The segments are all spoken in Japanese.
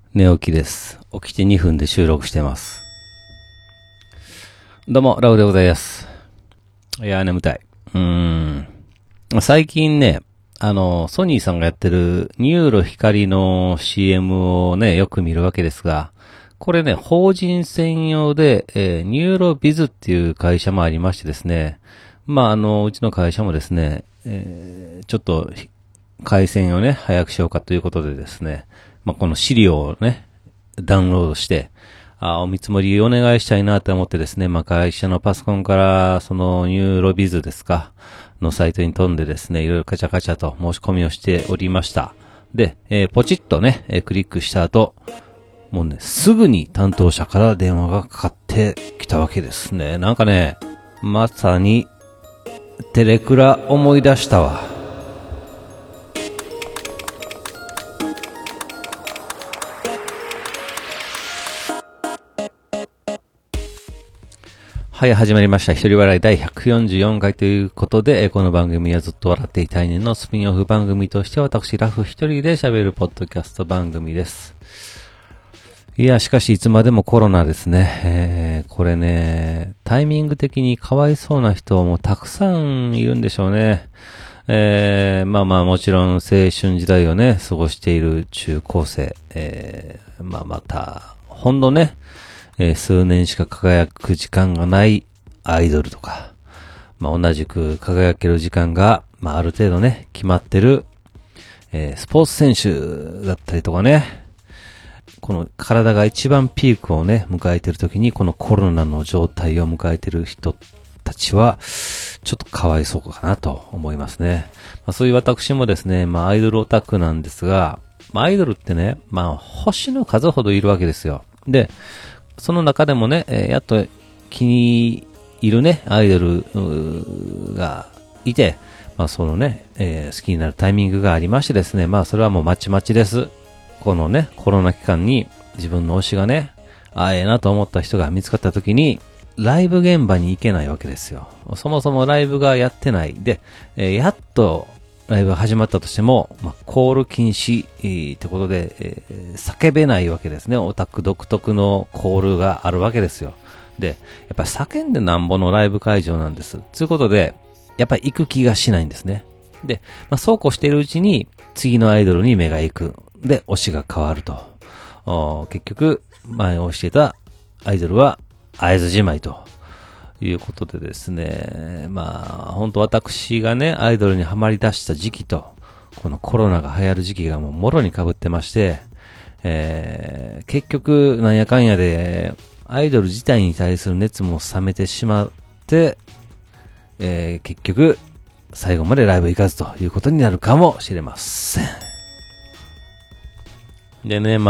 寝起きです。起きて2分で収録してます。どうも、ラウでございます。いやー、眠たい。最近ね、ソニーさんがやってるニューロ光の CM をね、よく見るわけですが、これね、法人専用で、ニューロビズっていう会社もありましてですね、うちの会社もですね、ちょっと、回線をね、早くしようかということでですね、この資料をね、ダウンロードして、お見積もりお願いしたいなと思ってですね、会社のパソコンから、そのニューロビズですか、のサイトに飛んでですね、いろいろカチャカチャと申し込みをしておりました。で、ポチッとね、クリックした後、もうね、すぐに担当者から電話がかかってきたわけですね。なんかね、まさに、テレクラ思い出したわ。はい、始まりました。一人笑い第144回ということで、この番組はずっと笑っていたいねのスピンオフ番組として私、ラフ一人で喋るポッドキャスト番組です。いや、しかしいつまでもコロナですね。これね、タイミング的にかわいそうな人もたくさんいるんでしょうね。もちろん青春時代をね、過ごしている中高生、また、ほんのね、数年しか輝く時間がないアイドルとか、同じく輝ける時間が、ある程度ね、決まってる、スポーツ選手だったりとかね、この体が一番ピークをね、迎えてる時に、このコロナの状態を迎えてる人たちは、ちょっとかわいそうかなと思いますね。そういう私もですね、アイドルオタクなんですが、アイドルってね、星の数ほどいるわけですよ。で、その中でもね、やっと気に入るね、アイドルがいて、そのね、好きになるタイミングがありましてですね、それはもうまちまちです。このね、コロナ期間に自分の推しがね、ええなと思った人が見つかった時に、ライブ現場に行けないわけですよ。そもそもライブがやってない。で、やっとライブが始まったとしても、コール禁止、ってことで、叫べないわけですね。オタク独特のコールがあるわけですよ。で、やっぱり叫んでなんぼのライブ会場なんです。ということで、やっぱり行く気がしないんですね。で、そうこうしているうちに、次のアイドルに目が行く。で、推しが変わると。結局、前推していたアイドルは、会えずじまいと。いうことでですね、本当私がね、アイドルにハマり出した時期と、このコロナが流行る時期がもうもろに被ってまして、結局、なんやかんやで、アイドル自体に対する熱も冷めてしまって、結局、最後までライブ行かずということになるかもしれません。でね、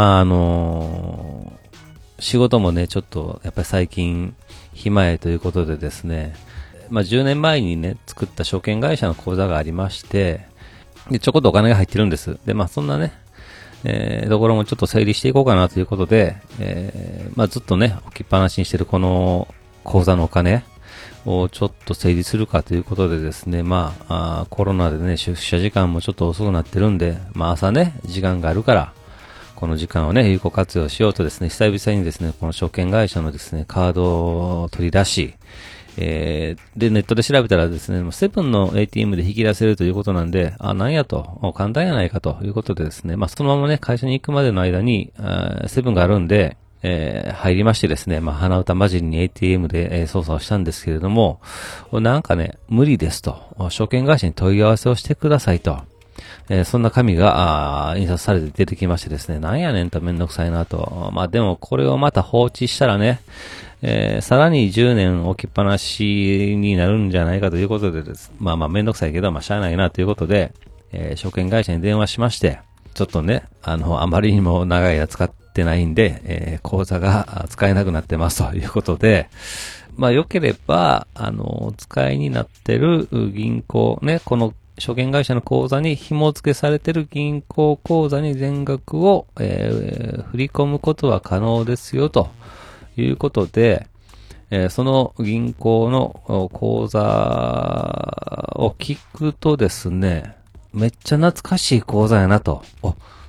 仕事もね、ちょっと、やっぱり最近、暇へということでですね、10年前にね、作った証券会社の口座がありまして、で、ちょこっとお金が入ってるんです。で、そんなね、ところもちょっと整理していこうかなということで、ずっとね、置きっぱなしにしてるこの口座のお金をちょっと整理するかということでですね、コロナでね、出社時間もちょっと遅くなってるんで、朝ね、時間があるから、この時間をね、有効活用しようとですね、久々にですね、この証券会社のですね、カードを取り出し、で、ネットで調べたらですね、セブンの ATM で引き出せるということなんで、なんやと、簡単やないかということでですね、そのままね、会社に行くまでの間に、セブンがあるんで、入りましてですね、鼻歌混じりに ATM で、操作をしたんですけれども、なんかね、無理ですと、証券会社に問い合わせをしてくださいと、そんな紙が、印刷されて出てきましてですね、なんやねんとめんどくさいなと。でもこれをまた放置したらね、さらに10年置きっぱなしになるんじゃないかということでです。めんどくさいけど、しゃあないなということで、証券会社に電話しまして、ちょっとね、あまりにも長い間使ってないんで、口座が使えなくなってますということで、良ければ、使いになってる銀行ね、この証券会社の口座に紐付けされている銀行口座に全額を、振り込むことは可能ですよということで、その銀行の口座を聞くとですね、めっちゃ懐かしい口座やなと。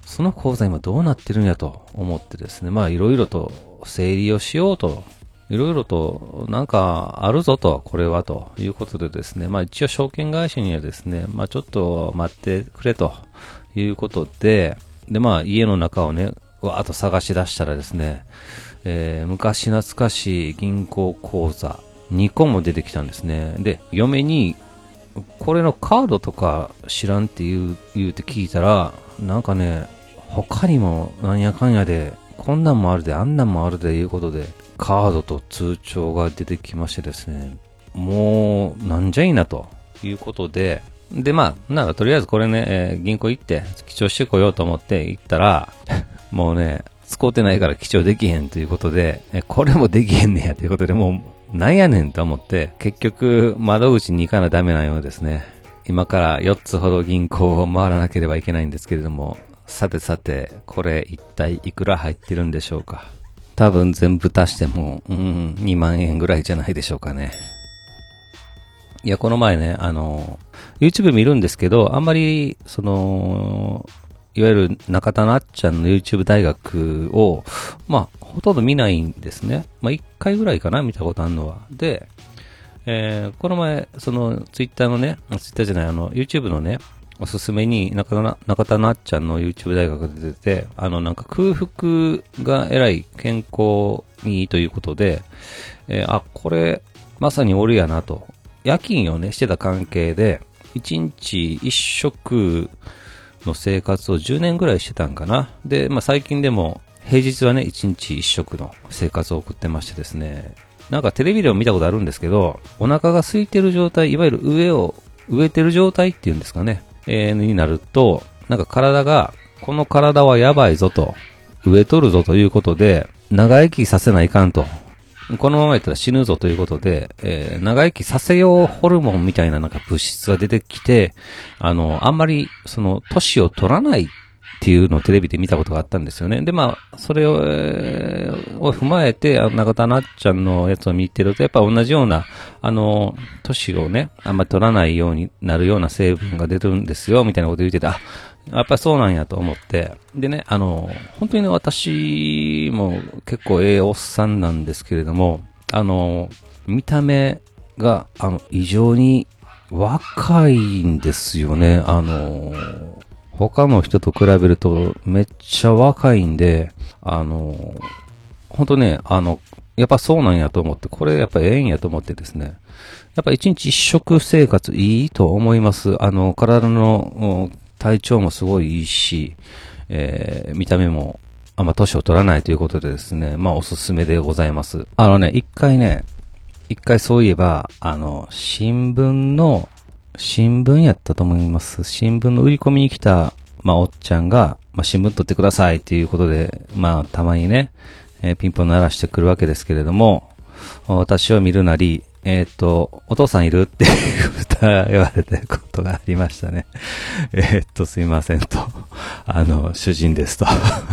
その口座今どうなってるんやと思ってですね、まあいろいろと整理をしようと、いろいろとなんかあるぞと、これはということでですね、まあ一応証券会社にはですね、まあちょっと待ってくれということで、でまあ家の中をね、わーっと探し出したらですね、昔懐かしい銀行口座2個も出てきたんですね。で、嫁にこれのカードとか知らんって言うて聞いたら、なんかね、他にもなんやかんやで、こんなんもあるで、あんなんもあるでいうことで、カードと通帳が出てきましてですね、もう、なんじゃいなということで、で、まあ、なんかとりあえずこれね、銀行行って、記帳してこようと思って行ったら、もうね、使うてないから記帳できへんということで、これもできへんねやということで、もう、なんやねんと思って、結局、窓口に行かなダメなようですね。今から4つほど銀行を回らなければいけないんですけれども、さてさて、これ一体いくら入ってるんでしょうか。多分全部足しても、2万円ぐらいじゃないでしょうかね。いや、この前ね、YouTube 見るんですけど、あんまり、いわゆる中田なっちゃんの YouTube 大学を、まあ、ほとんど見ないんですね。まあ、1回ぐらいかな、見たことあるのは。で、この前、Twitter のね、Twitter じゃない、YouTube のね、おすすめに中田なっちゃんの YouTube 大学で出てて、なんか空腹がえらい健康にいいということで、これ、まさに俺やなと。夜勤をね、してた関係で、1日1食の生活を10年ぐらいしてたんかな。で、まあ最近でも、平日はね、1日1食の生活を送ってましてですね、なんかテレビでも見たことあるんですけど、お腹が空いてる状態、いわゆる植えてる状態っていうんですかね、になると、なんか体が、この体はやばいぞと、植えとるぞということで、長生きさせないかんと。このままやったら死ぬぞということで、長生きさせようホルモンみたいななんか物質が出てきて、あんまり、年を取らないっていうのをテレビで見たことがあったんですよね。で、まあ、それを、踏まえて、中田なっちゃんのやつを見てると、やっぱ同じような、年をね、あんまり取らないようになるような成分が出るんですよ、みたいなこと言ってて、やっぱりそうなんやと思って。でね、本当にね、私も結構おっさんなんですけれども、見た目が、異常に若いんですよね。他の人と比べるとめっちゃ若いんで、本当ね、やっぱそうなんやと思って、これやっぱええんやと思ってですね。やっぱ一日一食生活いいと思います。体の体調もすごいいいし、見た目もあんま年を取らないということでですね、まあおすすめでございます。一回そういえば、新聞やったと思います。新聞の売り込みに来た、まあおっちゃんが、まあ新聞取ってくださいっていうことで、まあたまにね、ピンポン鳴らしてくるわけですけれども、私を見るなり、お父さんいるって言われたことがありましたね。すいませんと。主人ですと。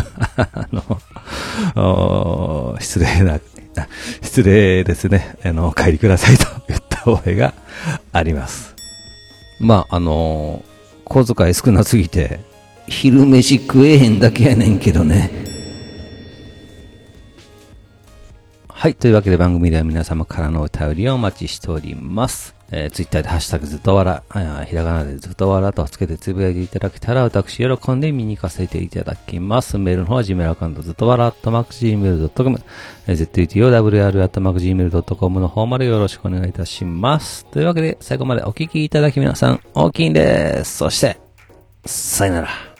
失礼ですね。お帰りくださいと言った覚えがあります。まあ、小遣い少なすぎて、昼飯食えへんだけやねんけどね。はい。というわけで番組では皆様からのお便りをお待ちしております。ツイッターでハッシュタグずっとわら、ひらがなでずっとわらとつけてつぶやいていただけたら私喜んで見に行かせていただきます。メールの方は Gmail アカウントずっとわら@gmail.com zutowr@gmail.com の方までよろしくお願いいたします。というわけで最後までお聞きいただき皆さん大きいんです。そして、さよなら。